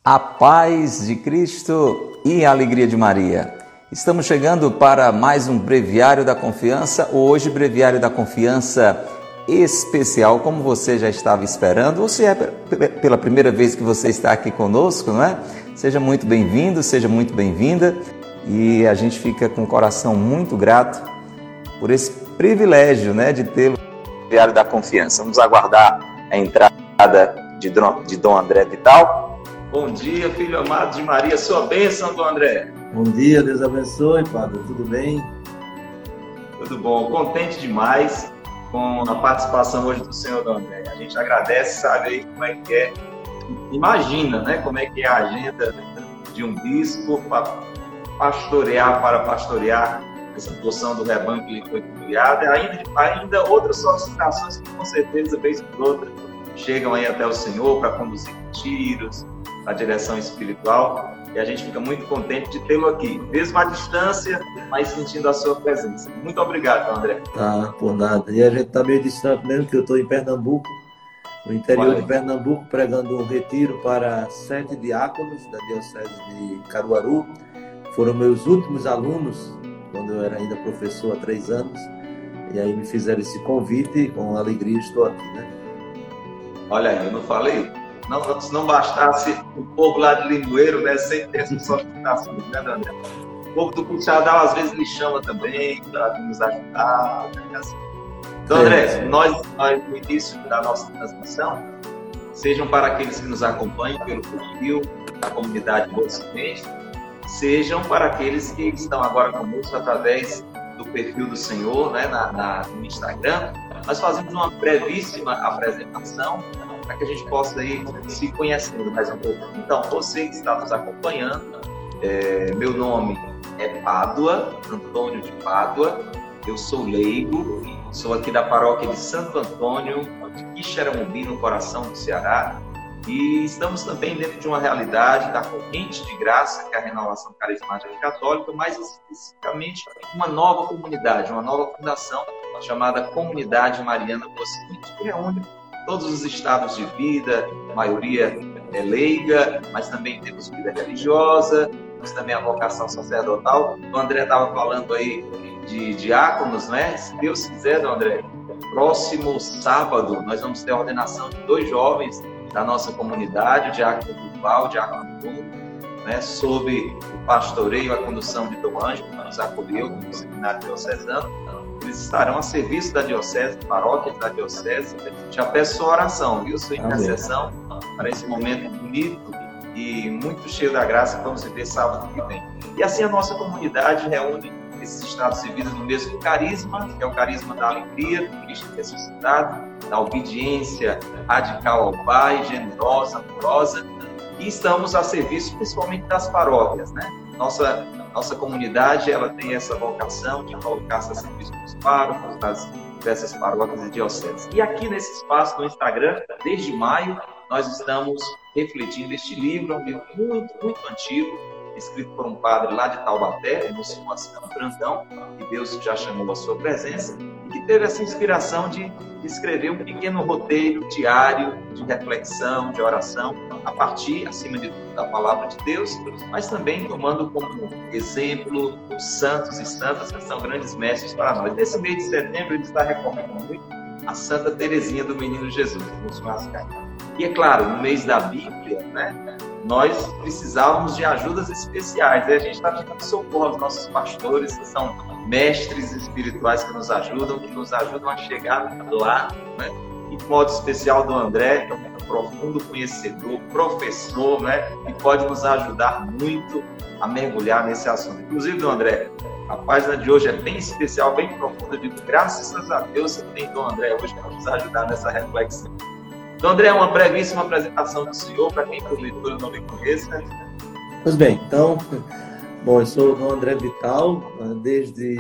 A paz de Cristo e a alegria de Maria. Estamos chegando para mais um Breviário da Confiança, hoje Breviário da Confiança especial, como você já estava esperando, ou se é pela primeira vez que você está aqui conosco, não é? Seja muito bem-vindo, seja muito bem-vinda, e a gente fica com o coração muito grato por esse privilégio, né, de tê-lo no Breviário da Confiança. Vamos aguardar a entrada de Dom André Vital. Bom dia, filho amado de Maria, sua bênção, Dom André. Bom dia, Deus abençoe, Padre, tudo bem? Tudo bom, contente demais com a participação hoje do Senhor, Dom André. A gente agradece, sabe aí como é que é, imagina, né, como é que é a agenda de um bispo para pastorear essa porção do rebanho que lhe foi criada, ainda outras solicitações que com certeza, vez por outra, chegam aí até o Senhor para conduzir tiros, a direção espiritual, e a gente fica muito contente de tê-lo aqui, mesmo à distância, mas sentindo a sua presença. Muito obrigado, André. Por nada. E a gente está meio distante mesmo, que eu estou em Pernambuco, no interior de Pernambuco, pregando um retiro para 7 diáconos da Diocese de Caruaru. Foram meus últimos alunos, quando eu era ainda professor há 3 anos, e aí me fizeram esse convite e com alegria estou aqui, né? Olha aí, eu não falei? Se não bastasse o povo lá de Limoeiro, né, sem ter essas solicitações, né, André? O povo do Puxadal às vezes lhe chama também para nos ajudar, né, assim. Então, André, nós no início da nossa transmissão, sejam para aqueles que nos acompanham pelo perfil da comunidade do Ocidente, sejam para aqueles que estão agora conosco através do perfil do Senhor, né, no Instagram, nós fazemos uma brevíssima apresentação para que a gente possa ir se conhecendo mais um pouco. Então, você que está nos acompanhando, meu nome é Pádua, Antônio de Pádua, eu sou leigo, sou aqui da paróquia de Santo Antônio, de Quixeramobim, no coração do Ceará, e estamos também dentro de uma realidade da corrente de graça, que é a Renovação Carismática Católica, mais especificamente uma nova comunidade, uma nova fundação, chamada Comunidade Mariana do Ocidente, que reúne todos os estados de vida, a maioria é leiga, mas também temos vida religiosa, temos também a vocação sacerdotal. O André estava falando aí de diáconos, né? Se Deus quiser, André, próximo sábado nós vamos ter a ordenação de 2 jovens da nossa comunidade, o diácono Duval, o diácono Bruno, né? Sob o pastoreio e a condução de Dom Ângelo, que nos acolheu no seminário diocesano. Eles estarão a serviço da Diocese, paróquia da Diocese. Já peço sua oração, viu? Sua intercessão para esse momento bonito e muito cheio da graça que vamos viver sábado que vem. E assim a nossa comunidade reúne esses estados de vida no mesmo carisma, que é o carisma da alegria do Cristo ressuscitado, da obediência radical ao Pai, generosa, amorosa, e estamos a serviço principalmente das paróquias, né? Nossa comunidade, ela tem essa vocação de colocar-se a serviço dos párocos, das diversas paróquias e dioceses. E aqui nesse espaço no Instagram, desde maio, nós estamos refletindo este livro, um livro muito, muito antigo, escrito por um padre lá de Taubaté, o Monsenhor Ascano Brandão, que Deus já chamou a sua presença, e que teve essa inspiração de escrever um pequeno roteiro diário de reflexão, de oração, a partir, acima de tudo, da palavra de Deus, mas também tomando como exemplo os santos e santas que são grandes mestres para nós. Nesse mês de setembro, ele está recorrendo muito a Santa Teresinha do Menino Jesus, nos Mascarenhas. E é claro, no mês da Bíblia, né, nós precisávamos de ajudas especiais. A gente está pedindo socorro aos nossos pastores, que são mestres espirituais que nos ajudam a chegar lá, né? E de modo especial do André, que é um profundo conhecedor, professor, né? E pode nos ajudar muito a mergulhar nesse assunto. Inclusive, do André, a página de hoje é bem especial, bem profunda. Eu digo, graças a Deus você tem Dom André hoje para nos ajudar nessa reflexão. Dom André, uma brevíssima apresentação do senhor, para quem por leitura não me conheça. Pois bem, então, eu sou o Dom André Vital, desde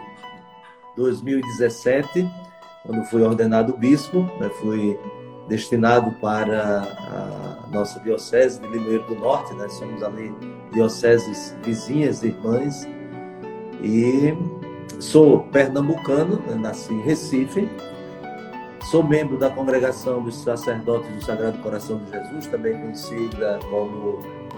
2017, quando fui ordenado bispo, fui destinado para a nossa Diocese de Limoeiro do Norte, somos ali dioceses vizinhas, irmãs, e sou pernambucano, nasci em Recife. Sou membro da Congregação dos Sacerdotes do Sagrado Coração de Jesus, também conhecida como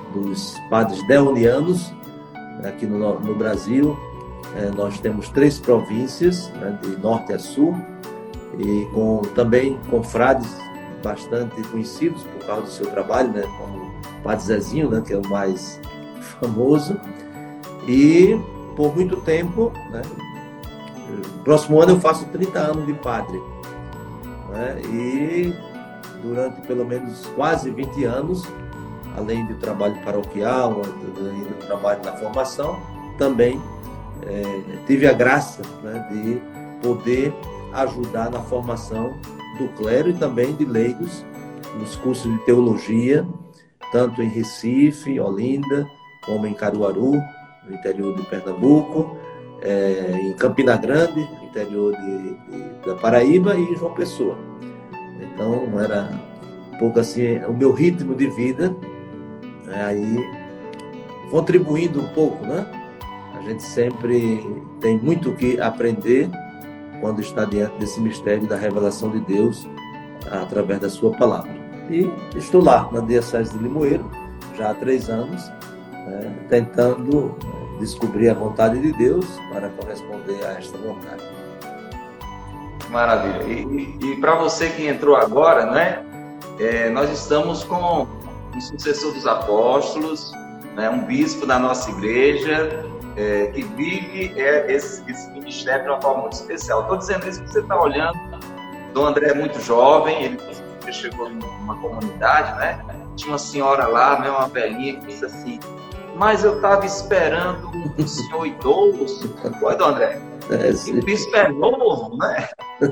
dos padres deonianos, aqui no Brasil. Nós temos 3 províncias, né, de norte a sul, e também com frades bastante conhecidos por causa do seu trabalho, né, como o Padre Zezinho, né, que é o mais famoso. E por muito tempo, né, próximo ano eu faço 30 anos de padre, né, e durante pelo menos quase 20 anos, além do trabalho paroquial, do trabalho na formação, também tive a graça, né, de poder ajudar na formação do clero e também de leigos nos cursos de teologia, tanto em Recife, Olinda, como em Caruaru, no interior de Pernambuco, em Campina Grande, no interior da Paraíba, e em João Pessoa. Então, era um pouco assim o meu ritmo de vida, aí contribuindo um pouco, né? A gente sempre tem muito o que aprender quando está diante desse mistério da revelação de Deus através da sua palavra. E estou lá na Diocese de Limoeiro, já há 3 anos, tentando descobrir a vontade de Deus para corresponder a esta vontade. Maravilha. E para você que entrou agora, né? Nós estamos com um sucessor dos apóstolos, né, um bispo da nossa igreja, que vive esse ministério de uma forma muito especial. Estou dizendo isso porque você está olhando. Dom André é muito jovem, ele chegou numa comunidade, né? Tinha uma senhora lá, né, uma velhinha, que disse assim: mas eu estava esperando um senhor idoso. Oi, Dom André? E o bispo é novo, né?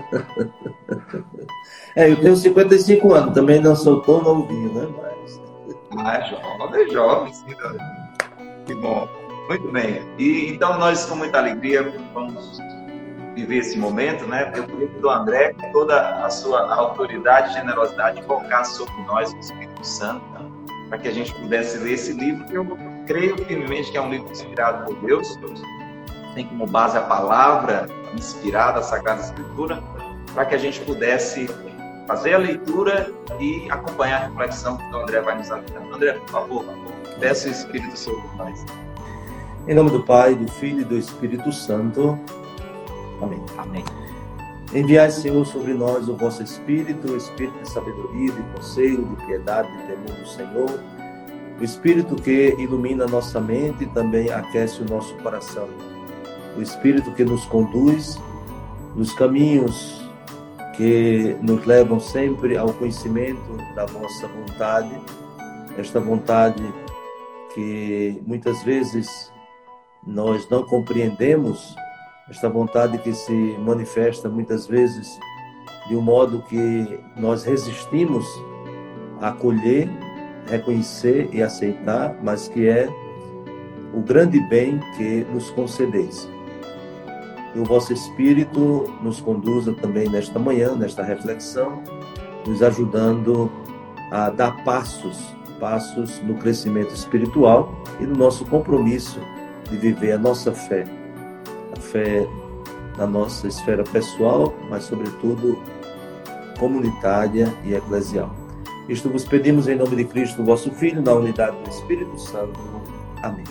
Eu tenho 55 anos, também não sou tão novinho, né? É jovem, sim, Dom André. Que bom. Muito bem. E então nós, com muita alegria, vamos viver esse momento, né? Eu queria que o Dom André, com toda a sua autoridade e generosidade, colocasse sobre nós o Espírito Santo, para que a gente pudesse ler esse livro, que eu creio firmemente que é um livro inspirado por Deus, tem como base a palavra inspirada, a Sagrada Escritura, para que a gente pudesse fazer a leitura e acompanhar a reflexão que o Dom André vai nos ajudar. André, por favor, peça o Espírito sobre nós. Em nome do Pai, do Filho e do Espírito Santo. Amém. Amém. Enviai, Senhor, sobre nós o vosso Espírito, o Espírito de sabedoria, de conselho, de piedade, de temor do Senhor, o Espírito que ilumina a nossa mente e também aquece o nosso coração, o Espírito que nos conduz nos caminhos que nos levam sempre ao conhecimento da vossa vontade, esta vontade que muitas vezes nós não compreendemos, esta vontade que se manifesta muitas vezes de um modo que nós resistimos a acolher, reconhecer e aceitar, mas que é o grande bem que nos concedeis. Que o vosso Espírito nos conduza também nesta manhã, nesta reflexão, nos ajudando a dar passos no crescimento espiritual e no nosso compromisso de viver a nossa fé. A fé na nossa esfera pessoal, mas sobretudo comunitária e eclesial. Isto vos pedimos em nome de Cristo, vosso Filho, na unidade do Espírito Santo. Amém.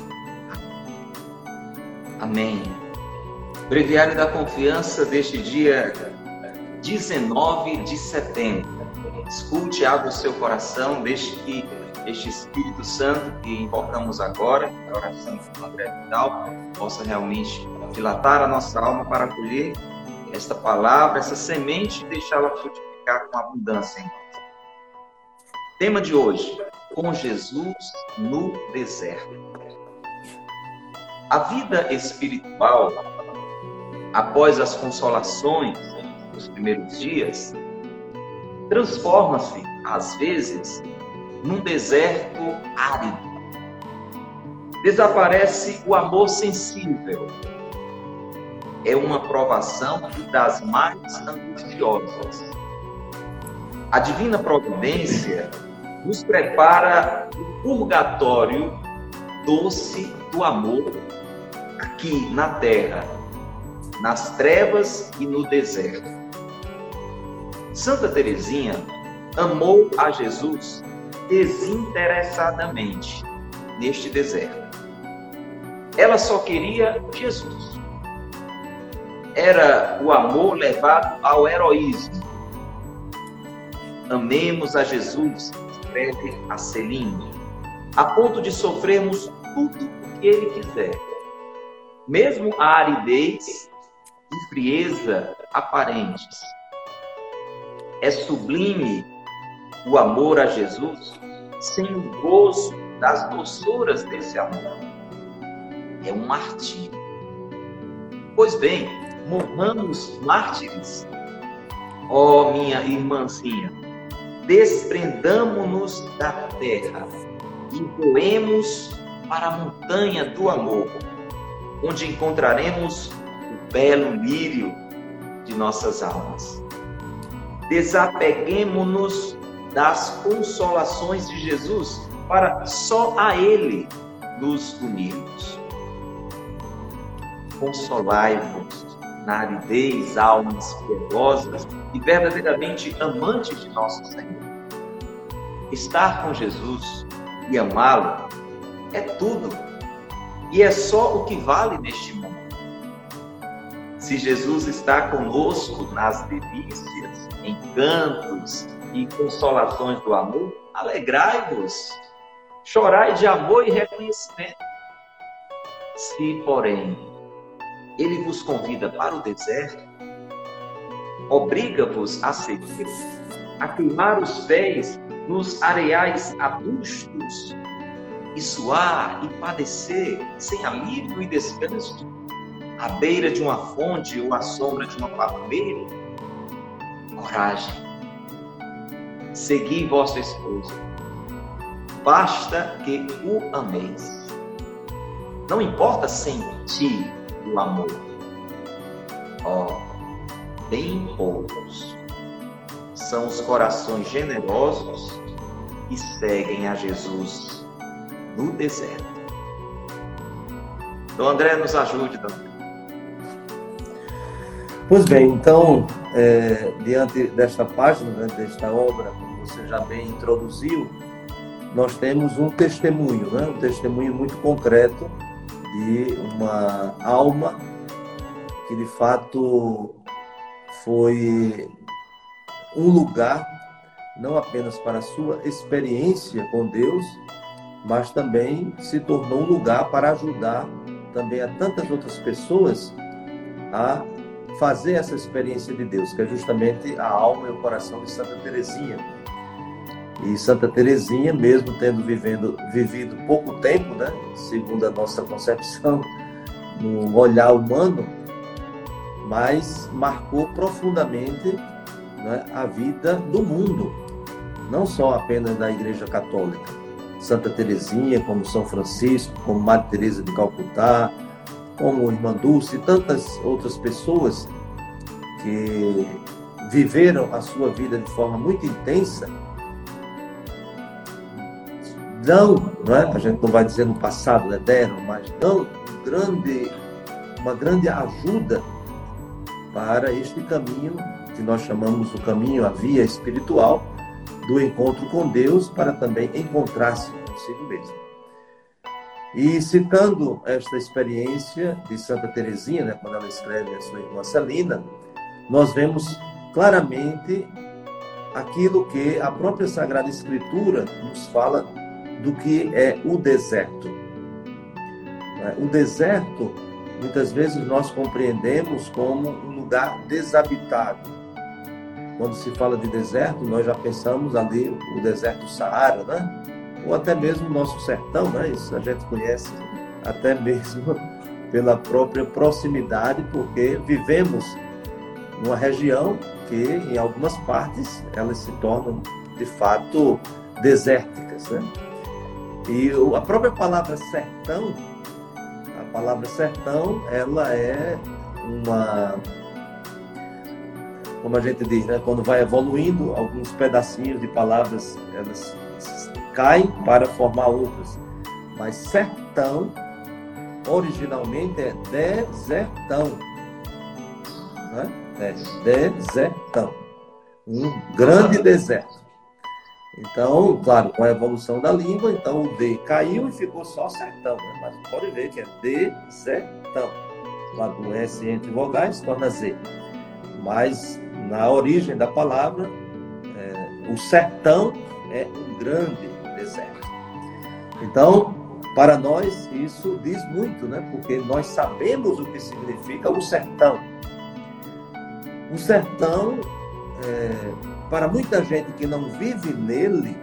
Amém. Breviário da Confiança deste dia 19 de setembro. Escute, abra o seu coração, deixe que este Espírito Santo que invocamos agora, a oração do André Vidal, possa realmente dilatar a nossa alma para acolher esta palavra, essa semente e deixá-la frutificar com abundância em nós. Tema de hoje: com Jesus no deserto. A vida espiritual, após as consolações dos primeiros dias, transforma-se, às vezes, num deserto árido. Desaparece o amor sensível. É uma provação das mais angustiosas. A divina providência nos prepara o purgatório doce do amor aqui na terra, nas trevas e no deserto. Santa Teresinha amou a Jesus desinteressadamente neste deserto. Ela só queria Jesus. Era o amor levado ao heroísmo. Amemos a Jesus, escreve a Celine, a ponto de sofrermos tudo o que Ele quiser. Mesmo a aridez e frieza aparentes. É sublime o amor a Jesus sem o gozo das doçuras desse amor. É um martírio. Pois bem, morramos mártires. Ó minha irmãzinha, desprendamo-nos da terra e voemos para a montanha do amor, onde encontraremos o belo lírio de nossas almas. Desapeguemo-nos das consolações de Jesus para só a Ele nos unirmos. Consolai-vos na aridez, almas piedosas e verdadeiramente amantes de nosso Senhor. Estar com Jesus e amá-lo é tudo, e é só o que vale neste mundo. Se Jesus está conosco nas delícias, encantos e consolações do amor, alegrai-vos, chorai de amor e reconhecimento. Se, porém, Ele vos convida para o deserto, obriga-vos a seguir, a queimar os pés nos areais adustos, e suar e padecer sem alívio e descanso, à beira de uma fonte ou à sombra de uma palmeira. Coragem, segui vosso esposo, basta que o ameis. Não importa sentir o amor. Bem poucos são os corações generosos que seguem a Jesus no deserto. Então, André, nos ajude também. Pois bem, então, diante desta página, desta obra, como você já bem introduziu, nós temos um testemunho, um testemunho muito concreto de uma alma que, de fato, foi um lugar, não apenas para a sua experiência com Deus, mas também se tornou um lugar para ajudar também a tantas outras pessoas a fazer essa experiência de Deus, que é justamente a alma e o coração de Santa Teresinha. E Santa Teresinha, mesmo tendo vivido pouco tempo, segundo a nossa concepção, no olhar humano, mas marcou profundamente a vida do mundo, não só apenas da Igreja Católica. Santa Teresinha, como São Francisco, como Madre Teresa de Calcutá, como Irmã Dulce e tantas outras pessoas que viveram a sua vida de forma muito intensa, dão, a gente não vai dizer no passado eterno, mas dão uma grande ajuda para este caminho que nós chamamos o caminho, a via espiritual do encontro com Deus, para também encontrar-se consigo mesmo. E citando esta experiência de Santa Teresinha, quando ela escreve a sua irmã Celina, nós vemos claramente aquilo que a própria Sagrada Escritura nos fala do que é o deserto. O deserto, muitas vezes nós compreendemos como um lugar desabitado. Quando se fala de deserto, nós já pensamos ali o deserto Saara, ou até mesmo o nosso sertão, isso a gente conhece até mesmo pela própria proximidade, porque vivemos numa região que, em algumas partes, elas se tornam, de fato, desérticas, E a própria palavra sertão, ela é como a gente diz, quando vai evoluindo, alguns pedacinhos de palavras, elas caem para formar outras. Mas sertão, originalmente, é desertão. É desertão. Um grande deserto. Então, claro, com a evolução da língua, então o D caiu e ficou só sertão, né? Mas pode ver que é desertão. Claro, o S entre vogais torna Z. Mas na origem da palavra, o sertão é um grande deserto. Então, para nós, isso diz muito, né? Porque nós sabemos o que significa o sertão. O sertão, para muita gente que não vive nele,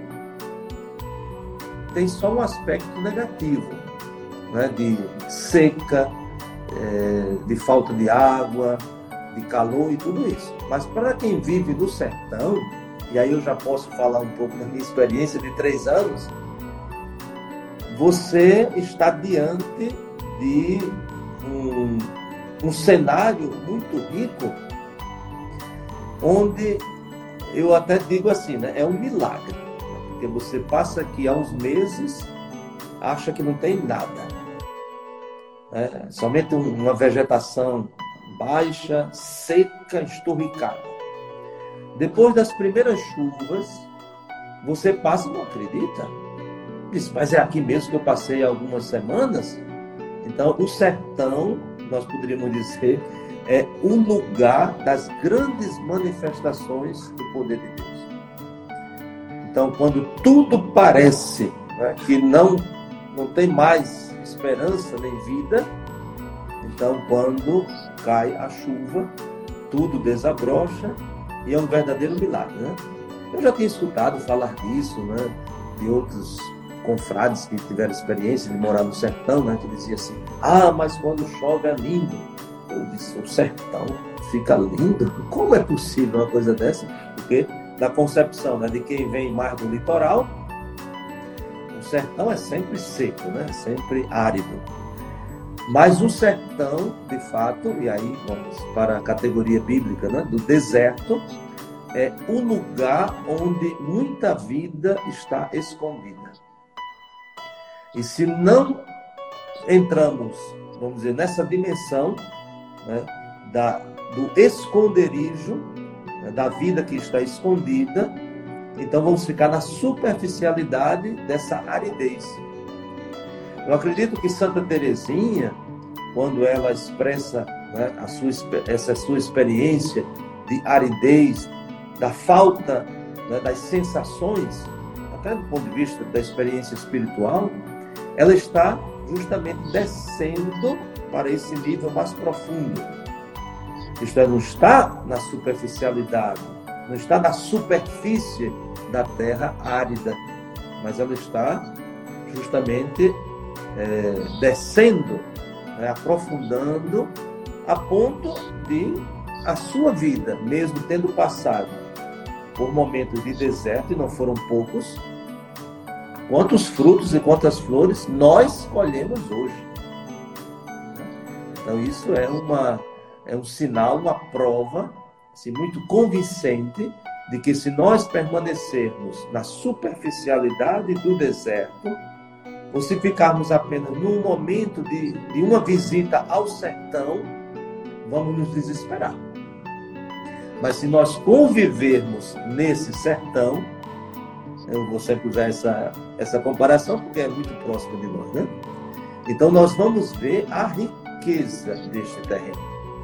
tem só um aspecto negativo, né? De seca, de falta de água, de calor e tudo isso. Mas para quem vive no sertão, e aí eu já posso falar um pouco da minha experiência de 3 anos, você está diante de um cenário muito rico, onde eu até digo assim, né? É um milagre, porque você passa aqui há uns meses, acha que não tem nada, somente uma vegetação baixa, seca, esturricada. Depois das primeiras chuvas, você passa e não acredita. Diz, mas é aqui mesmo que eu passei algumas semanas? Então, o sertão, nós poderíamos dizer, é o lugar das grandes manifestações do poder de Deus. Então, quando tudo parece, né, que não tem mais esperança nem vida, então, quando cai a chuva, tudo desabrocha e é um verdadeiro milagre, né? Eu já tinha escutado falar disso, né, de outros confrades que tiveram experiência de morar no sertão, né, que dizia assim, mas quando chove é lindo. Eu disse, o sertão fica lindo? Como é possível uma coisa dessa? Porque da concepção, né, de quem vem mais do litoral, o sertão é sempre seco, né, sempre árido. Mas o sertão, de fato, e aí vamos para a categoria bíblica, né, do deserto, é o lugar onde muita vida está escondida. E se não entramos, vamos dizer, nessa dimensão, né, do esconderijo, né, da vida que está escondida, então vamos ficar na superficialidade dessa aridez. Eu acredito que Santa Teresinha, quando ela expressa, né, essa sua experiência de aridez, da falta, né, das sensações, até do ponto de vista da experiência espiritual, ela está justamente descendo para esse nível mais profundo. Isto é, não está na superficialidade, não está na superfície da terra árida, mas ela está justamente descendo, né, aprofundando, a ponto de a sua vida, mesmo tendo passado por momentos de deserto, e não foram poucos, quantos frutos e quantas flores nós colhemos hoje. Então isso é um sinal, uma prova assim, muito convincente de que se nós permanecermos na superficialidade do deserto, ou se ficarmos apenas num momento de uma visita ao sertão, vamos nos desesperar. Mas se nós convivermos nesse sertão, eu vou sempre usar essa comparação porque é muito próxima de nós, né? Então nós vamos ver a riqueza deste terreno.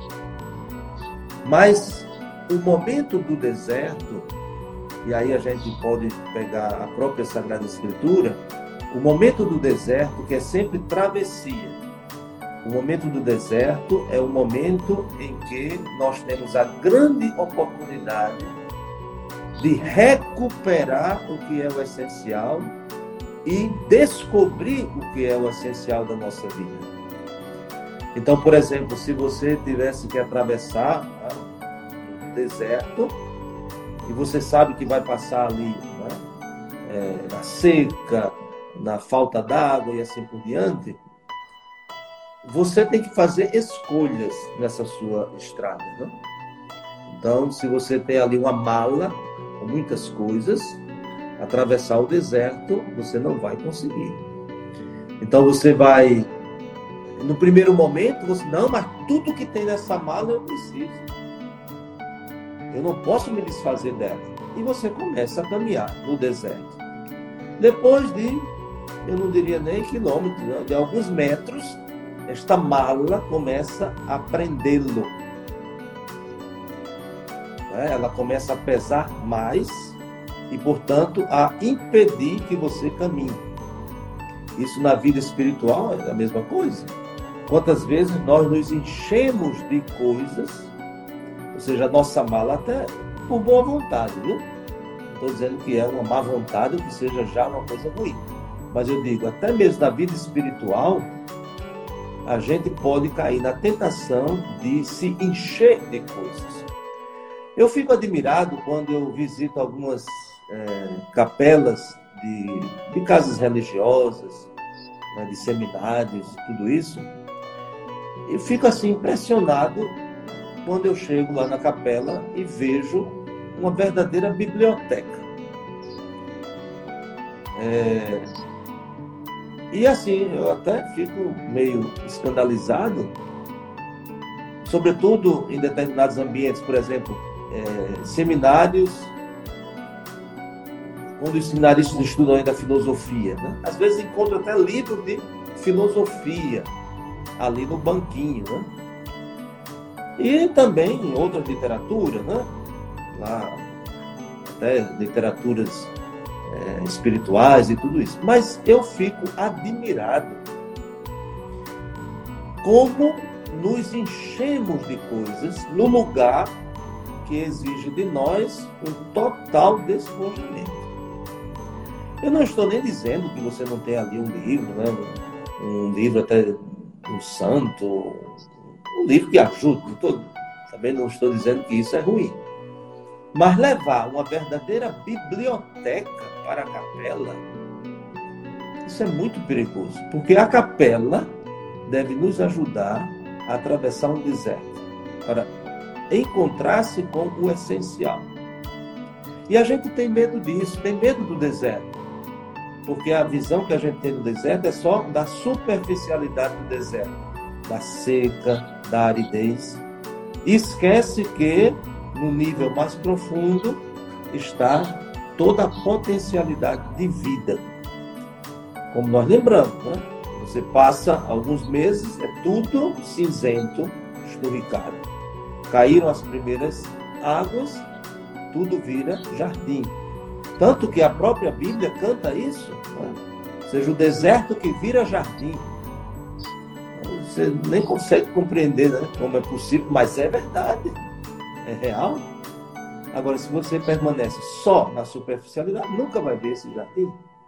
Mas o momento do deserto, e aí a gente pode pegar a própria Sagrada Escritura, o momento do deserto, que é sempre travessia. O momento do deserto é o momento em que nós temos a grande oportunidade de recuperar o que é o essencial e descobrir o que é o essencial da nossa vida. Então, por exemplo, se você tivesse que atravessar um deserto e você sabe que vai passar ali, né, na seca, na falta d'água e assim por diante, você tem que fazer escolhas nessa sua estrada, né? Então, se você tem ali uma mala com muitas coisas, atravessar o deserto, você não vai conseguir. Então, você vai, no primeiro momento, você, não, mas tudo que tem nessa mala eu preciso. Eu não posso me desfazer dela. e você começa a caminhar no deserto. Depois de, eu não diria nem quilômetros, de alguns metros, esta mala começa a prendê-lo. Ela começa a pesar mais e, portanto, a impedir que você caminhe. Isso na vida espiritual é a mesma coisa. Quantas vezes nós nos enchemos de coisas, ou seja, a nossa mala até por boa vontade, viu? Não estou dizendo que é uma má vontade ou que seja já uma coisa ruim. Mas eu digo, até mesmo na vida espiritual, a gente pode cair na tentação de se encher de coisas. Eu fico admirado quando eu visito algumas capelas de casas religiosas, né, de seminários e tudo isso. Eu fico assim impressionado quando eu chego lá na capela e vejo uma verdadeira biblioteca. E assim, eu até fico meio escandalizado, sobretudo em determinados ambientes, por exemplo, seminários, quando os seminaristas estudam ainda filosofia, né? Às vezes encontro até livro de filosofia ali no banquinho, né? E também em outras literaturas, né? Lá, até literaturas espirituais e tudo isso. Mas eu fico admirado como nos enchemos de coisas no lugar que exige de nós um total despojamento. Eu não estou nem dizendo que você não tem ali um livro, né? Um livro até um santo, um livro que ajuda. Também não estou dizendo que isso é ruim. Mas levar uma verdadeira biblioteca para a capela, isso é muito perigoso, porque a capela deve nos ajudar a atravessar um deserto, para encontrar-se com o essencial. E a gente tem medo disso, tem medo do deserto, porque a visão que a gente tem do deserto é só da superficialidade do deserto, da seca, da aridez. E esquece que no nível mais profundo está toda a potencialidade de vida. Como nós lembramos, né? Você passa alguns meses, é tudo cinzento, esturricado. Caíram as primeiras águas, tudo vira jardim. Tanto que a própria Bíblia canta isso, né? Ou seja, o deserto que vira jardim. Você nem consegue compreender, né, como é possível, mas é verdade, é real. Agora, se você permanece só na superficialidade, nunca vai ver esse jardim,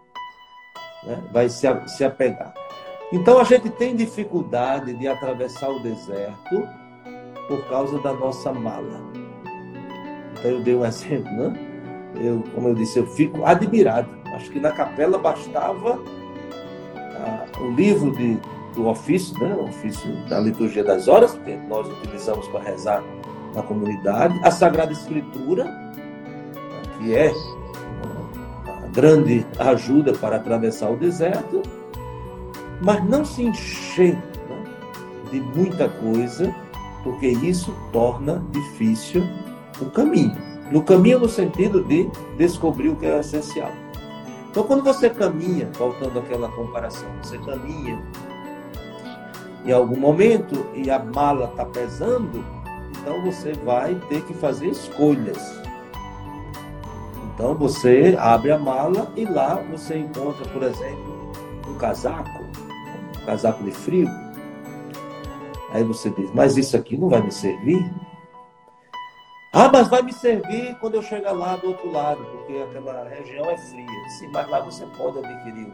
né? Vai se apegar. Então, a gente tem dificuldade de atravessar o deserto por causa da nossa mala. Então, eu dei um exemplo, né? Como eu disse, eu fico admirado. Acho que na capela bastava o livro do ofício, né? O ofício da liturgia das horas, que nós utilizamos para rezar na comunidade, a Sagrada Escritura, que é uma grande ajuda para atravessar o deserto, mas não se encher, né, de muita coisa, porque isso torna difícil o caminho. No caminho no sentido de descobrir o que é essencial. Então, quando você caminha, voltando àquela comparação, você caminha em algum momento e a mala está pesando, então você vai ter que fazer escolhas. Então você abre a mala e lá você encontra, por exemplo, um casaco de frio. Aí você diz, mas isso aqui não vai me servir? Ah, mas vai me servir quando eu chegar lá do outro lado, porque aquela região é fria. Sim, mas lá você pode adquirir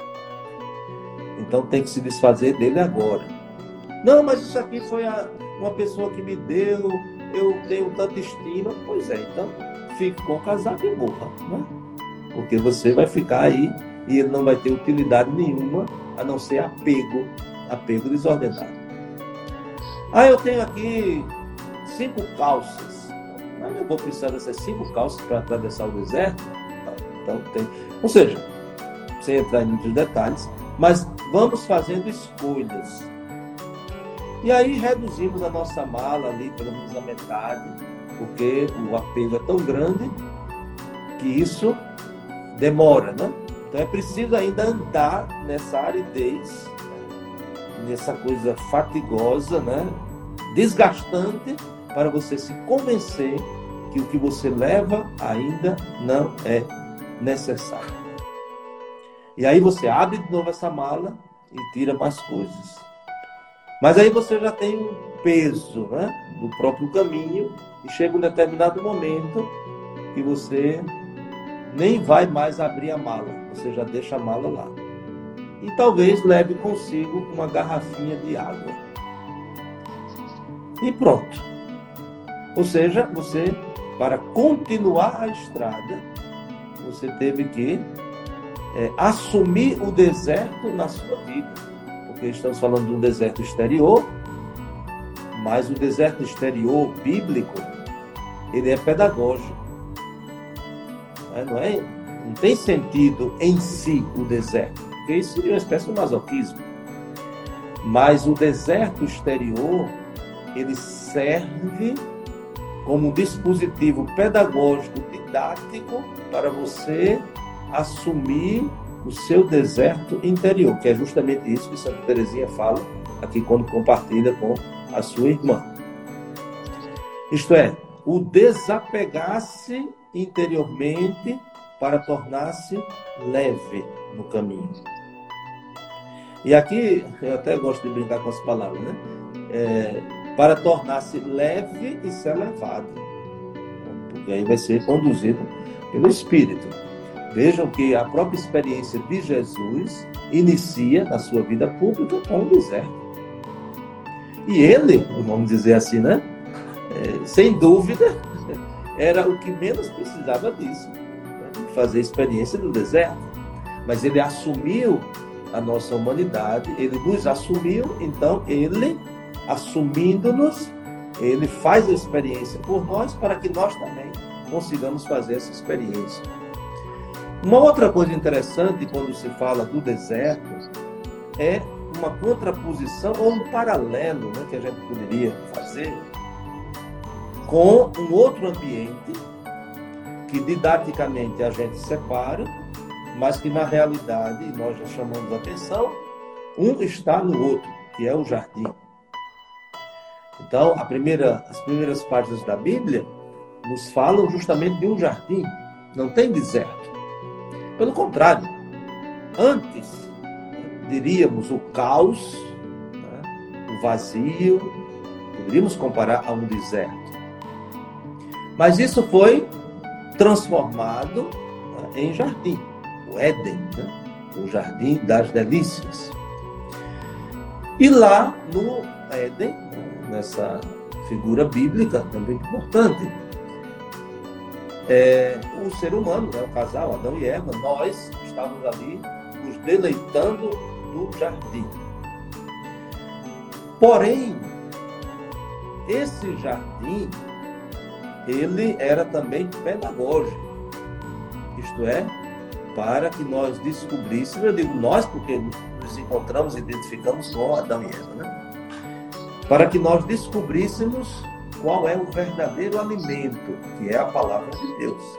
um. Então tem que se desfazer dele agora. Não, mas isso aqui foi uma pessoa que me deu, eu tenho tanta estima. Pois é, então fique com o casaco e morra, né? Porque você vai ficar aí e ele não vai ter utilidade nenhuma, a não ser apego desordenado. Ah, eu tenho aqui 5 calças. Mas eu vou precisar dessas 5 calças para atravessar o deserto? Então tem. Ou seja, sem entrar em muitos detalhes, mas vamos fazendo escolhas. E aí reduzimos a nossa mala ali, pelo menos a metade, porque o apego é tão grande que isso demora, né? Então é preciso ainda andar nessa aridez, nessa coisa fatigosa, né? Desgastante, para você se convencer que o que você leva ainda não é necessário. E aí você abre de novo essa mala e tira mais coisas. Mas aí você já tem um peso, né, do próprio caminho, e chega um determinado momento que você nem vai mais abrir a mala, você já deixa a mala lá. E talvez leve consigo uma garrafinha de água. E pronto. Ou seja, você, para continuar a estrada, você teve que assumir o deserto na sua vida. Porque estamos falando de um deserto exterior, mas o deserto exterior bíblico, ele é pedagógico. Não tem sentido em si o deserto, porque isso seria uma espécie de masoquismo. Mas o deserto exterior, ele serve como um dispositivo pedagógico, didático, para você assumir o seu deserto interior, que é justamente isso que Santa Teresinha fala aqui quando compartilha com a sua irmã. Isto é, o desapegar-se interiormente para tornar-se leve no caminho. E aqui, eu até gosto de brincar com as palavras, né? Para tornar-se leve e ser elevado. Porque aí vai ser conduzido pelo Espírito. Vejam que a própria experiência de Jesus inicia na sua vida pública com o deserto. E ele, vamos dizer assim, né? Sem dúvida, era o que menos precisava disso, né? Fazer a experiência do deserto. Mas ele assumiu a nossa humanidade, ele nos assumiu, então ele, assumindo-nos, ele faz a experiência por nós para que nós também consigamos fazer essa experiência. Uma outra coisa interessante quando se fala do deserto é uma contraposição ou um paralelo, né, que a gente poderia fazer com um outro ambiente que didaticamente a gente separa, mas que na realidade nós já chamamos a atenção, um está no outro, que é o jardim. Então, as primeiras páginas da Bíblia nos falam justamente de um jardim, não tem deserto. Pelo contrário, antes, diríamos, o caos, né, o vazio, poderíamos comparar a um deserto. Mas isso foi transformado, né, em jardim, o Éden, né, o jardim das delícias. E lá no Éden, nessa figura bíblica também importante, o ser humano, né, o casal, Adão e Eva, nós estávamos ali nos deleitando no jardim. Porém, esse jardim, ele era também pedagógico. Isto é, para que nós descobríssemos, eu digo nós porque nos encontramos e identificamos com Adão e Eva, né? Para que nós descobríssemos qual é o verdadeiro alimento, que é a palavra de Deus.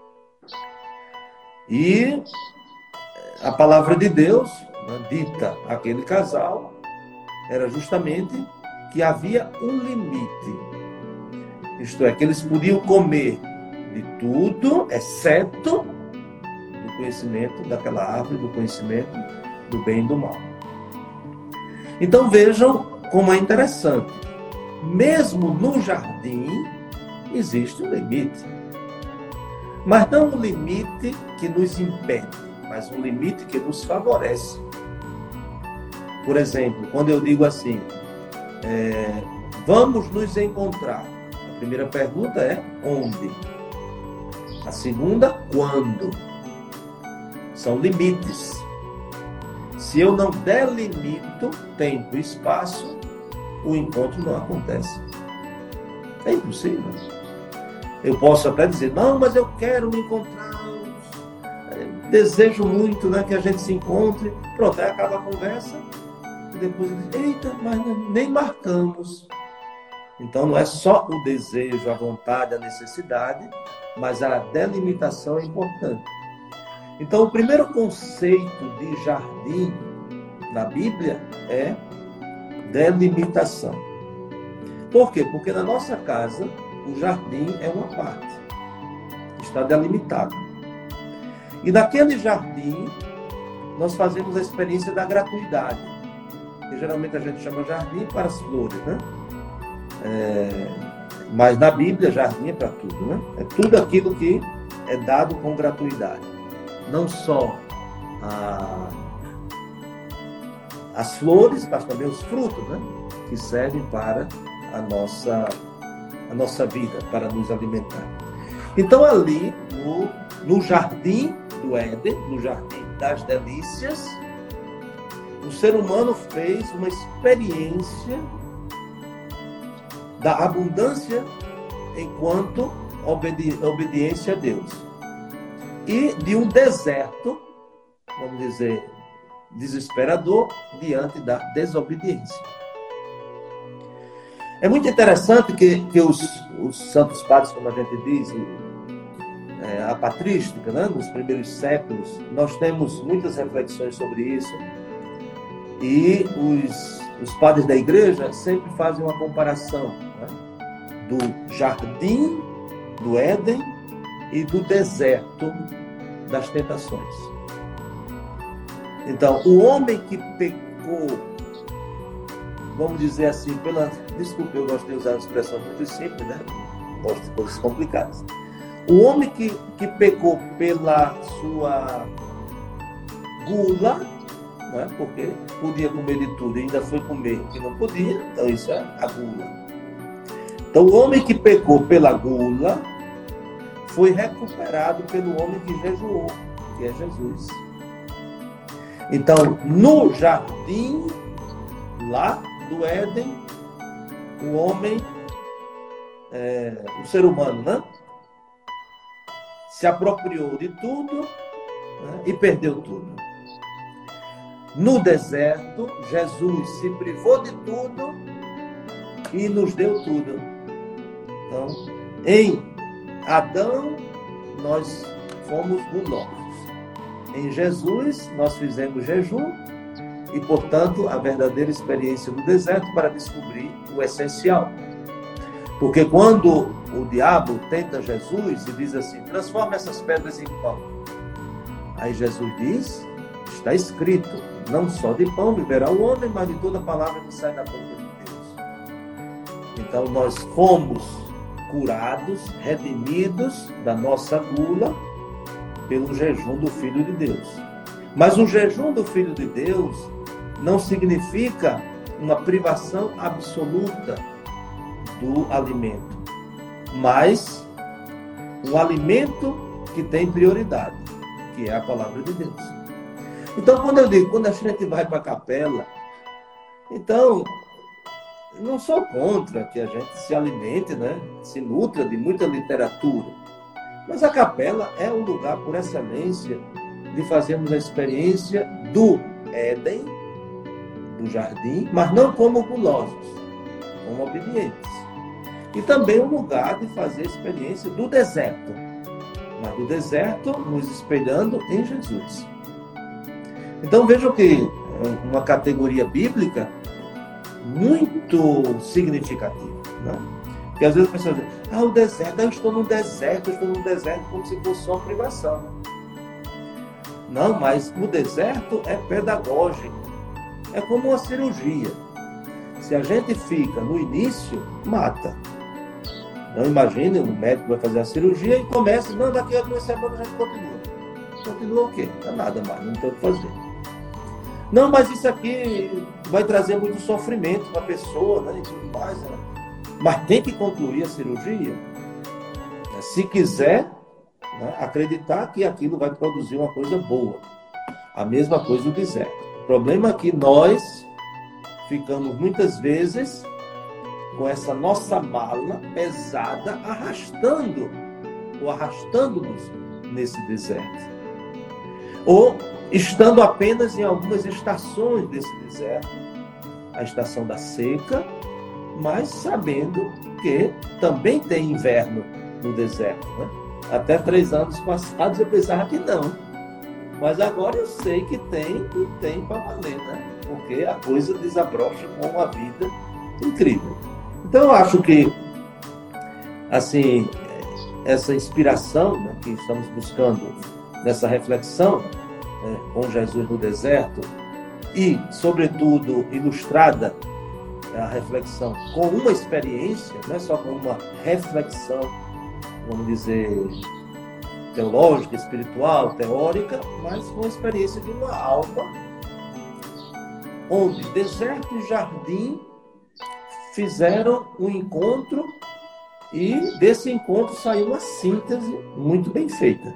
E a palavra de Deus, né, dita àquele casal, era justamente que havia um limite. Isto é, que eles podiam comer de tudo, exceto do conhecimento daquela árvore, do conhecimento do bem e do mal. Então vejam como é interessante. Mesmo no jardim, existe um limite. Mas não um limite que nos impede, mas um limite que nos favorece. Por exemplo, quando eu digo assim, vamos nos encontrar. A primeira pergunta é onde? A segunda, quando? São limites. Se eu não delimito tempo e espaço, o encontro não acontece. É impossível. Eu posso até dizer, não, mas eu quero me encontrar, desejo muito, né, que a gente se encontre. Pronto, aí acaba a conversa e depois eu digo, eita, mas nem marcamos. Então, não é só o desejo, a vontade, a necessidade, mas a delimitação é importante. Então, o primeiro conceito de jardim na Bíblia é delimitação. Por quê? Porque na nossa casa, o jardim é uma parte. Está delimitado. E naquele jardim, nós fazemos a experiência da gratuidade. Que geralmente a gente chama jardim para as flores, né? Mas na Bíblia, jardim é para tudo, né? É tudo aquilo que é dado com gratuidade. Não só as flores, mas também os frutos, né? Que servem para a nossa vida, para nos alimentar. Então, ali, no jardim do Éden, no jardim das delícias, o ser humano fez uma experiência da abundância enquanto obediência a Deus. E de um deserto, vamos dizer, desesperador, diante da desobediência. É muito interessante que os santos padres, como a gente diz, a patrística, né, nos primeiros séculos, nós temos muitas reflexões sobre isso. E os padres da igreja sempre fazem uma comparação, né, do jardim do Éden e do deserto das tentações. Então, o homem que pecou, vamos dizer assim, desculpe, eu gosto de usar uma expressão muito simples, né? Não gosto de coisas complicadas. O homem que pecou pela sua gula, né? Porque podia comer de tudo e ainda foi comer o que não podia, então isso é a gula. Então, o homem que pecou pela gula foi recuperado pelo homem que jejuou, que é Jesus. Então, no jardim, lá do Éden, o homem, o ser humano, né, se apropriou de tudo, né, e perdeu tudo. No deserto, Jesus se privou de tudo e nos deu tudo. Então, em Adão, nós fomos gulosos. Em Jesus, nós fizemos jejum e, portanto, a verdadeira experiência do deserto para descobrir o essencial. Porque quando o diabo tenta Jesus e diz assim, transforma essas pedras em pão. Aí Jesus diz, está escrito, não só de pão viverá o homem, mas de toda palavra que sai da boca de Deus. Então, nós fomos curados, redimidos da nossa gula pelo jejum do Filho de Deus. Mas o jejum do Filho de Deus não significa uma privação absoluta do alimento, mas um alimento que tem prioridade, que é a palavra de Deus. Então, quando a gente vai para a capela, então, não sou contra que a gente se alimente, né? Se nutra de muita literatura. Mas a capela é um lugar, por excelência, de fazermos a experiência do Éden, do jardim, mas não como gulosos, como obedientes. E também um lugar de fazer a experiência do deserto, mas do deserto nos espelhando em Jesus. Então vejam que é uma categoria bíblica muito significativa, né? Porque às vezes as pessoas dizem, o deserto, eu estou no deserto, como se fosse uma privação. Não, mas o deserto é pedagógico, é como uma cirurgia. Se a gente fica no início, mata. Não imagine, o médico vai fazer a cirurgia e começa, não, daqui a 2 semanas a gente continua. Continua o quê? Não é nada mais, não tem o que fazer. Não, mas isso aqui vai trazer muito sofrimento para a pessoa, né, e tudo mais. Né? Mas tem que concluir a cirurgia, se quiser, né, acreditar que aquilo vai produzir uma coisa boa. A mesma coisa do deserto. O problema é que nós ficamos muitas vezes com essa nossa mala pesada arrastando-nos nesse deserto. Ou estando apenas em algumas estações desse deserto, a estação da seca mas sabendo que também tem inverno no deserto, né? Até 3 anos passados eu pensava que não, mas agora eu sei que tem e tem para valer, né? Porque a coisa desabrocha com uma vida incrível. Então eu acho que, assim, essa inspiração, né, que estamos buscando nessa reflexão, né, com Jesus no deserto, e, sobretudo, ilustrada a reflexão com uma experiência, não é só com uma reflexão, vamos dizer, teológica, espiritual, teórica, mas com a experiência de uma alma onde deserto e jardim fizeram um encontro e desse encontro saiu uma síntese muito bem feita.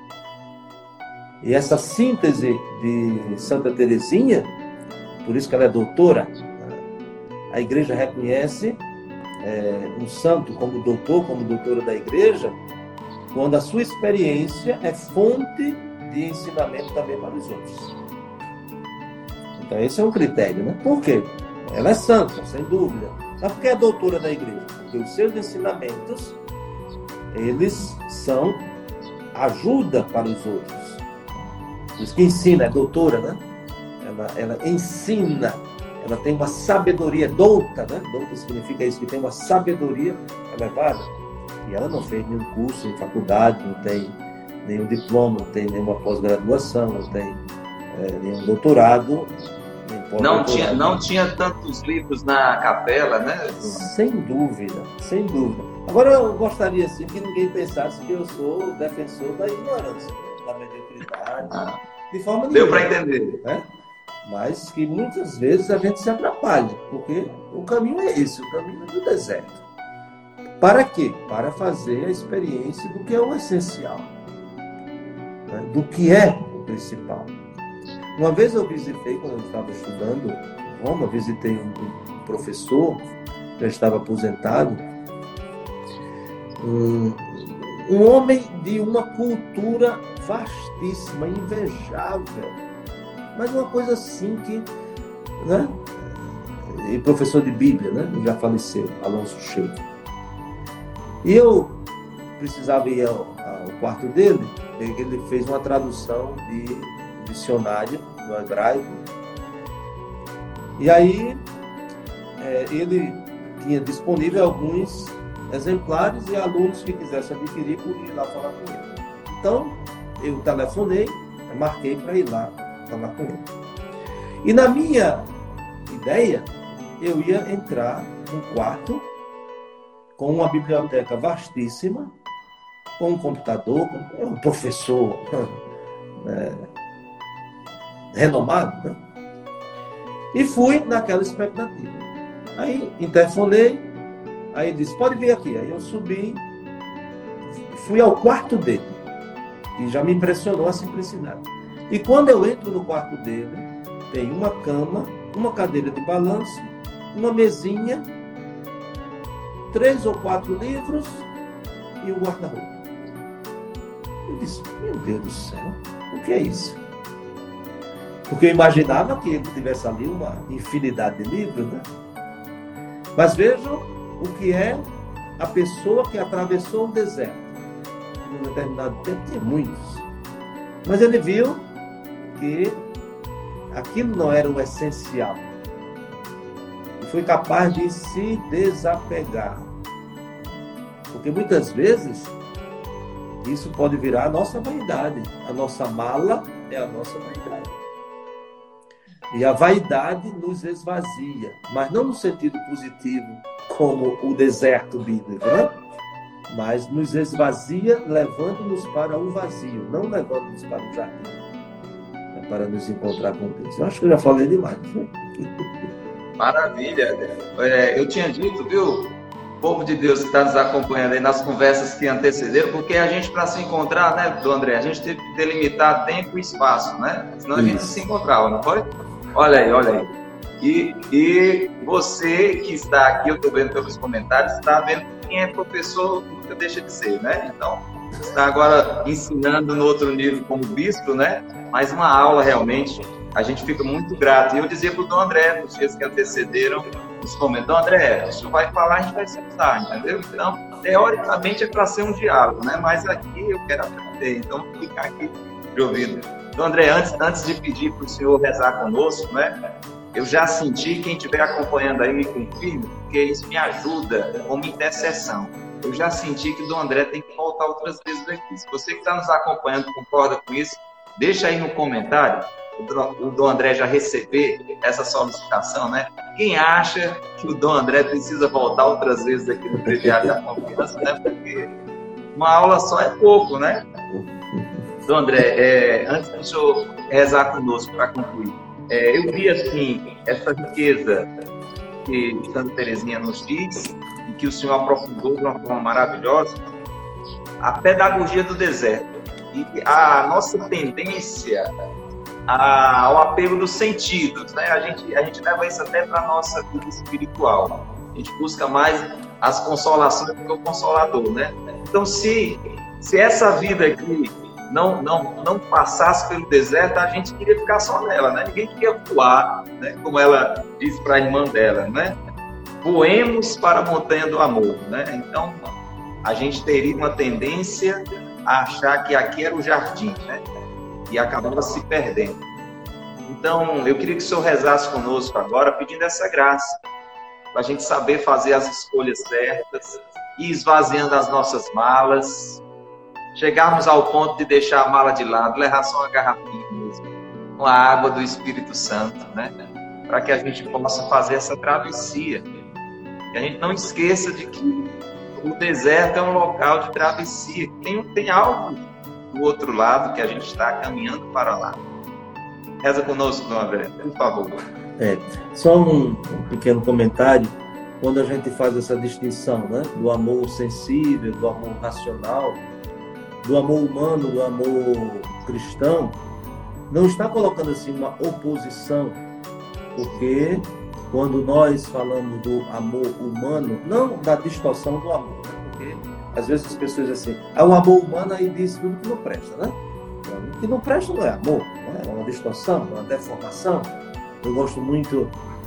E essa síntese de Santa Teresinha, por isso que ela é doutora, a igreja reconhece um santo como doutor, como doutora da igreja, quando a sua experiência é fonte de ensinamento também para os outros. Então esse é um critério, né? Por quê? Ela é santa, sem dúvida. Mas por que é doutora da igreja? Porque os seus ensinamentos, eles são ajuda para os outros. Por isso que ensina, é doutora, né? Ela ensina, ela tem uma sabedoria douta, né? Douta significa isso, que tem uma sabedoria elevada. E ela não fez nenhum curso em faculdade, não tem nenhum diploma, não tem nenhuma pós-graduação, não tem nenhum doutorado. Não tinha tantos livros na capela, né? Sem dúvida, sem dúvida. Agora eu gostaria assim, que ninguém pensasse que eu sou defensor da ignorância, da mediocridade, de forma nenhuma. Deu para entender. Né? Mas que muitas vezes a gente se atrapalha, porque o caminho é esse, o caminho é do deserto. Para quê? Para fazer a experiência do que é o essencial, né? Do que é o principal. Uma vez eu visitei, quando eu estava estudando em Roma, visitei um professor, já estava aposentado, um homem de uma cultura vastíssima, invejável, mas uma coisa assim que, né? E professor de Bíblia, né? Já faleceu, Alonso Sheik. E eu precisava ir ao quarto dele, ele fez uma tradução de dicionário no hebraico. E aí ele tinha disponível alguns exemplares e alunos que quisessem adquirir podiam ir lá falar com ele. Então eu telefonei, marquei para ir lá falar com ele. E na minha ideia, eu ia entrar num quarto com uma biblioteca vastíssima, com um computador, com um professor renomado, né? E fui naquela expectativa. Aí interfonei, aí ele disse, pode vir aqui. Aí eu subi, fui ao quarto dele, e já me impressionou a simplicidade. E quando eu entro no quarto dele, tem uma cama, uma cadeira de balanço, uma mesinha, 3 ou 4 livros e um guarda-roupa. Eu disse, meu Deus do céu, o que é isso? Porque eu imaginava que ele tivesse ali uma infinidade de livros, né? Mas vejam o que é a pessoa que atravessou o deserto. Em um determinado tempo tinha muitos. Mas ele viu que aquilo não era o essencial. E foi capaz de se desapegar. Porque muitas vezes isso pode virar a nossa vaidade. A nossa mala é a nossa vaidade. E a vaidade nos esvazia, mas não no sentido positivo, como o deserto bíblico, né? Mas nos esvazia, levando-nos para o vazio, não levando-nos para o jardim. É para nos encontrar com Deus. Eu acho que eu já falei demais, né? Maravilha. Eu tinha dito, viu, povo de Deus que está nos acompanhando aí nas conversas que antecederam, porque a gente, para se encontrar, né, do André, a gente teve que delimitar tempo e espaço, né? Senão a gente se encontrava, não foi? Olha aí. E você que está aqui, eu estou vendo pelos comentários, está vendo que quem é professor nunca deixa de ser, né? Então, está agora ensinando no outro nível como bispo, né? Mais uma aula realmente, a gente fica muito grato. E eu dizia para o Dom André, nos dias que antecederam, nos comentários, André, o senhor vai falar, a gente vai sentar, entendeu? Então, teoricamente é para ser um diálogo, né? Mas aqui eu quero aprender, então vou ficar aqui de ouvido. Então, André, antes de pedir para o senhor rezar conosco, né? Eu já senti, quem estiver acompanhando aí com o filho, porque isso me ajuda como intercessão. Eu já senti que o Dom André tem que voltar outras vezes aqui. Se você que está nos acompanhando concorda com isso, deixa aí no comentário, o Dom André já receber essa solicitação, né? Quem acha que o Dom André precisa voltar outras vezes aqui no Crediário da Confiança, né? Porque uma aula só é pouco, né? Dom André, antes do senhor rezar conosco para concluir, eu vi, assim, essa riqueza que Santa Teresinha nos diz e que o senhor aprofundou de uma forma maravilhosa, a pedagogia do deserto e a nossa tendência ao apelo dos sentidos, né? A gente leva isso até para a nossa vida espiritual. A gente busca mais as consolações do que o Consolador, né? Então, se essa vida aqui não passasse pelo deserto, a gente queria ficar só nela, né? Ninguém queria voar, né? Como ela disse para a irmã dela, né? Voemos para a montanha do amor, né? Então, a gente teria uma tendência a achar que aqui era o jardim, né? E acabava se perdendo. Então, eu queria que o senhor rezasse conosco agora, pedindo essa graça, para a gente saber fazer as escolhas certas, ir esvaziando as nossas malas, chegarmos ao ponto de deixar a mala de lado, levar só uma garrafinha mesmo, com a água do Espírito Santo, né? Para que a gente possa fazer essa travessia. Que a gente não esqueça de que o deserto é um local de travessia, tem algo do outro lado que a gente está caminhando para lá. Reza conosco, Dom André, por favor. Só um pequeno comentário. Quando a gente faz essa distinção, né, do amor sensível, do amor racional, do amor humano, do amor cristão, não está colocando assim uma oposição, porque quando nós falamos do amor humano, não da distorção do amor, né? Porque às vezes as pessoas dizem assim, o amor humano aí diz tudo que não presta, né? O que não presta não é amor, né? É uma distorção, uma deformação. Eu gosto muito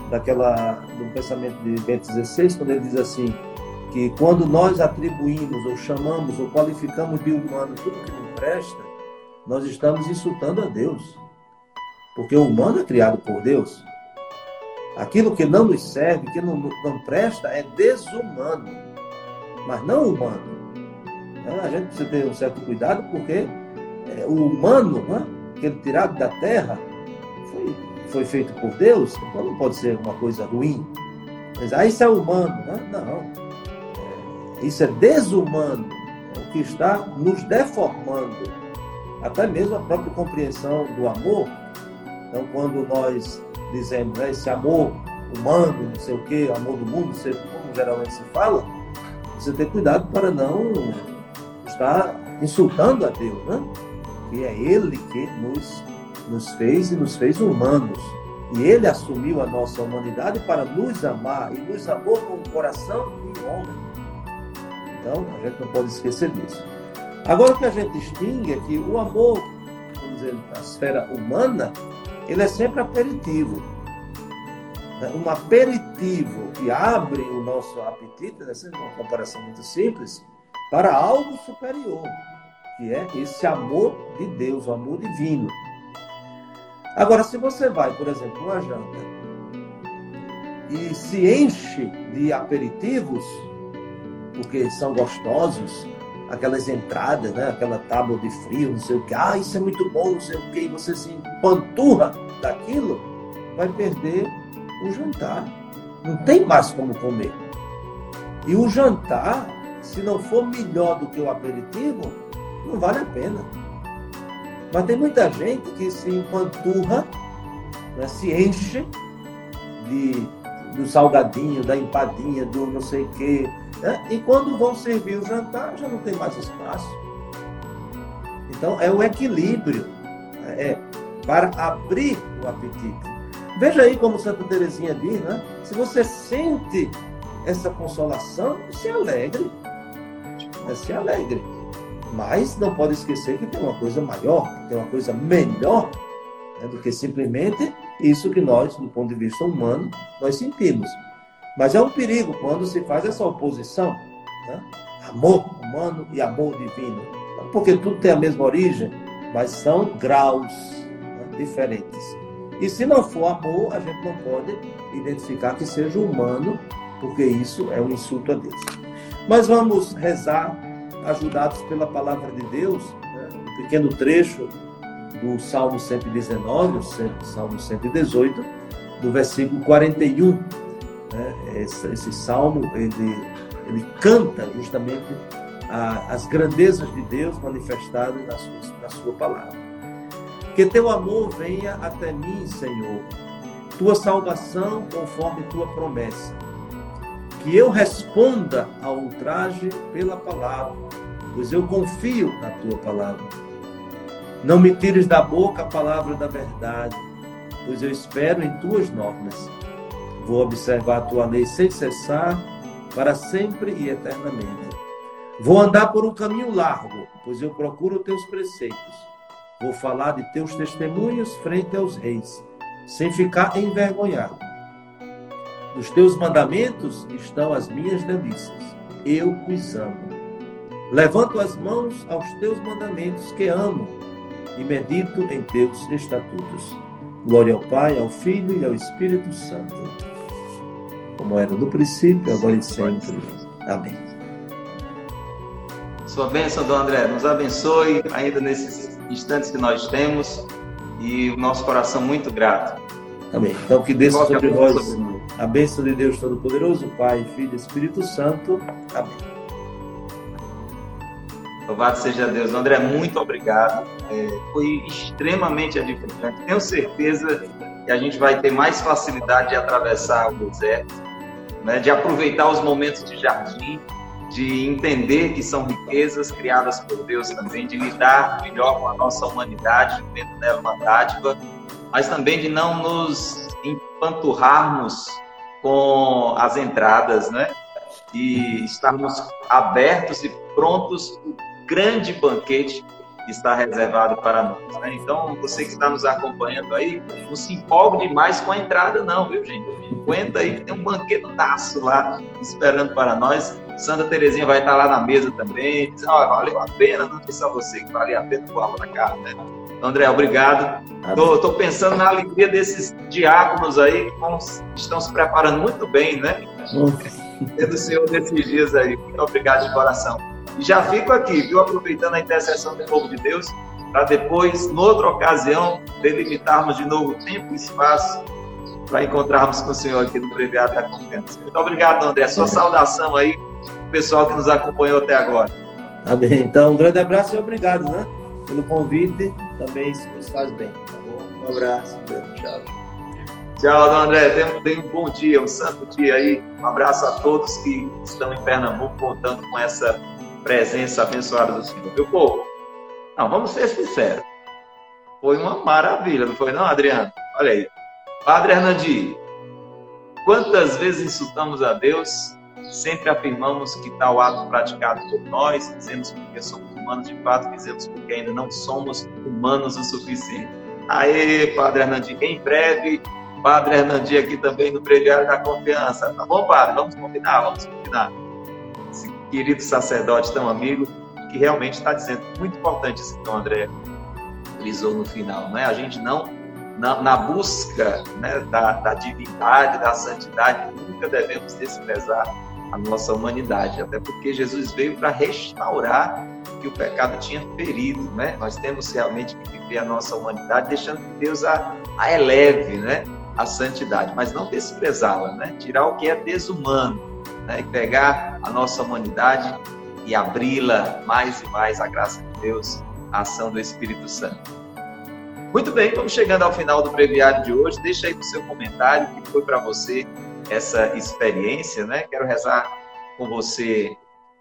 do pensamento de Bento XVI, quando ele diz assim, que quando nós atribuímos, ou chamamos, ou qualificamos de humano tudo que não presta, nós estamos insultando a Deus. Porque o humano é criado por Deus. Aquilo que não nos serve, que não presta, é desumano, mas não humano. A gente precisa ter um certo cuidado, porque o humano, né, aquele tirado da terra, foi feito por Deus, então não pode ser uma coisa ruim. Mas isso é humano, né? Não. Isso é desumano, o que está nos deformando, até mesmo a própria compreensão do amor. Então, quando nós dizemos, né, esse amor humano, não sei o quê, amor do mundo, não sei como geralmente se fala, você tem cuidado para não estar insultando a Deus, né? Que é Ele que nos fez e nos fez humanos. E Ele assumiu a nossa humanidade para nos amar, e nos amou com o coração de homem. Então, a gente não pode esquecer disso. Agora, o que a gente distingue é que o amor, vamos dizer, na esfera humana, ele é sempre aperitivo. Um aperitivo que abre o nosso apetite, essa é uma comparação muito simples, para algo superior, que é esse amor de Deus, o amor divino. Agora, se você vai, por exemplo, numa janta e se enche de aperitivos, porque são gostosos, aquelas entradas, né? Aquela tábua de frio, não sei o que, isso é muito bom, não sei o que, e você se empanturra daquilo, vai perder o jantar. Não tem mais como comer. E o jantar, se não for melhor do que o aperitivo, não vale a pena. Mas tem muita gente que se empanturra, né? Se enche do salgadinho, da empadinha, do não sei o que, né? E quando vão servir o jantar, já não tem mais espaço. Então, é o equilíbrio, para abrir o apetite. Veja aí como Santa Teresinha diz, né? Se você sente essa consolação, se alegre. Se alegre. Mas não pode esquecer que tem uma coisa maior, tem uma coisa melhor, né, do que simplesmente isso que nós, do ponto de vista humano, nós sentimos. Mas é um perigo quando se faz essa oposição, né? Amor humano e amor divino. Porque tudo tem a mesma origem, mas são graus, né, diferentes. E se não for amor, a gente não pode identificar que seja humano, porque isso é um insulto a Deus. Mas vamos rezar, ajudados pela palavra de Deus, né? Um pequeno trecho do Salmo 119, o Salmo 118, do versículo 41. Né? Esse salmo, ele canta justamente as grandezas de Deus manifestadas na sua palavra. Que teu amor venha até mim, Senhor, tua salvação conforme tua promessa. Que eu responda ao ultraje pela palavra, pois eu confio na tua palavra. Não me tires da boca a palavra da verdade, pois eu espero em tuas normas. Vou observar a tua lei sem cessar, para sempre e eternamente. Vou andar por um caminho largo, pois eu procuro teus preceitos. Vou falar de teus testemunhos frente aos reis, sem ficar envergonhado. Nos teus mandamentos estão as minhas delícias. Eu os amo. Levanto as mãos aos teus mandamentos que amo e medito em teus estatutos. Glória ao Pai, ao Filho e ao Espírito Santo, como era no princípio, agora e sempre. Amém. Sua bênção, Dom André, nos abençoe ainda nesses instantes que nós temos e o nosso coração muito grato. Amém. Então, que desça sobre nós a bênção de Deus Todo-Poderoso, Pai, Filho e Espírito Santo. Amém. Louvado seja Deus. André, muito obrigado. Foi extremamente edificante. Tenho certeza que a gente vai ter mais facilidade de atravessar o deserto, né? De aproveitar os momentos de jardim, de entender que são riquezas criadas por Deus também, de lidar melhor com a nossa humanidade, vendo nela uma dádiva, mas também de não nos empanturrarmos com as entradas, né? E estarmos abertos e prontos para o grande banquete que está reservado para nós, né? Então, você que está nos acompanhando aí, não se empolgue demais com a entrada não, viu, gente? Aguenta aí, tem um banquetaço lá esperando para nós. Santa Terezinha vai estar lá na mesa também, dizendo, valeu a pena, não disse a você que valia a pena o amor da casa, né? Então, André, obrigado. Estou pensando na alegria desses diáconos aí que estão se preparando muito bem, né? Do Senhor nesses dias aí. Muito obrigado de coração. E já fico aqui, viu, aproveitando a intercessão do povo de Deus, para depois, noutra ocasião, delimitarmos de novo tempo e espaço para encontrarmos com o Senhor aqui no Breviário da Confiança. Muito obrigado, André. Sua saudação aí, o pessoal que nos acompanhou até agora. Amém. Então, um grande abraço e obrigado, né, pelo convite. Também isso nos faz bem. Tá bom? Um abraço. Tchau. Tchau, Dom André. Tenha um bom dia, um santo dia aí. Um abraço a todos que estão em Pernambuco, contando com essa presença abençoada do Senhor. Meu povo, não, vamos ser sinceros. Foi uma maravilha, não foi não, Adriano? Olha aí. Padre Hernandi, quantas vezes insultamos a Deus, sempre afirmamos que tal ato praticado por nós, dizemos porque somos humanos de fato, dizemos porque ainda não somos humanos o suficiente. Aê, Padre Hernandi, em breve, Padre Hernandi aqui também no Breviário da Confiança. Tá bom, Padre? Vamos combinar. Esse querido sacerdote tão amigo, que realmente está dizendo, muito importante isso que o André frisou no final, não é? A gente não, na busca, né, da divindade, da santidade, nunca devemos desprezar a nossa humanidade, até porque Jesus veio para restaurar o que o pecado tinha ferido, né? Nós temos realmente que viver a nossa humanidade, deixando que Deus a eleve, né? A santidade, mas não desprezá-la, né? Tirar o que é desumano, né? E pegar a nossa humanidade e abri-la mais e mais à graça de Deus, à ação do Espírito Santo. Muito bem, vamos chegando ao final do breviário de hoje. Deixa aí no seu comentário o que foi para você essa experiência, né? Quero rezar com você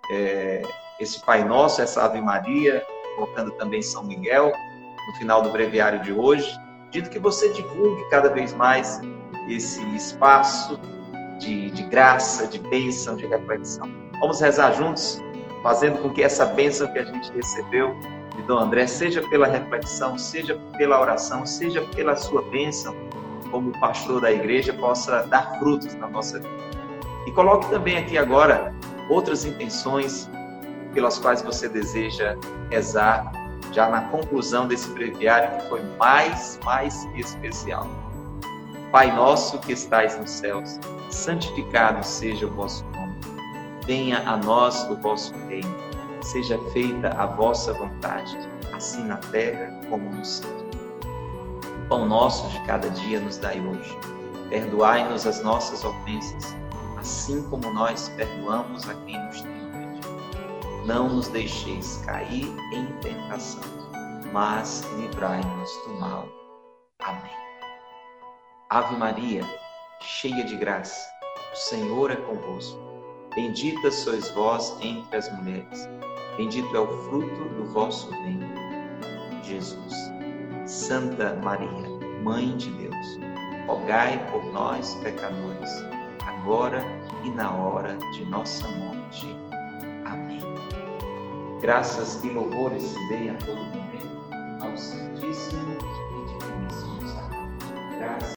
esse Pai Nosso, essa Ave Maria, colocando também São Miguel no final do breviário de hoje, pedindo que você divulgue cada vez mais esse espaço de graça, de bênção, de reflexão. Vamos rezar juntos, fazendo com que essa bênção que a gente recebeu de Dom André, seja pela reflexão, seja pela oração, seja pela sua bênção, como pastor da igreja, possa dar frutos na nossa vida. E coloque também aqui agora outras intenções pelas quais você deseja rezar, já na conclusão desse breviário que foi mais que especial. Pai nosso que estais nos céus, santificado seja o vosso nome. Venha a nós o vosso reino. Seja feita a vossa vontade, assim na terra como no céu. O pão nosso de cada dia nos dai hoje. Perdoai-nos as nossas ofensas, assim como nós perdoamos a quem nos tem ofendido. Não nos deixeis cair em tentação, mas livrai-nos do mal. Amém. Ave Maria, cheia de graça, o Senhor é convosco. Bendita sois vós entre as mulheres. Bendito é o fruto do vosso ventre, Jesus. Santa Maria, Mãe de Deus, rogai por nós, pecadores, agora e na hora de nossa morte. Amém. Graças e louvores se deem a todo momento ao Santíssimo e Diviníssimo Sacramento. Graças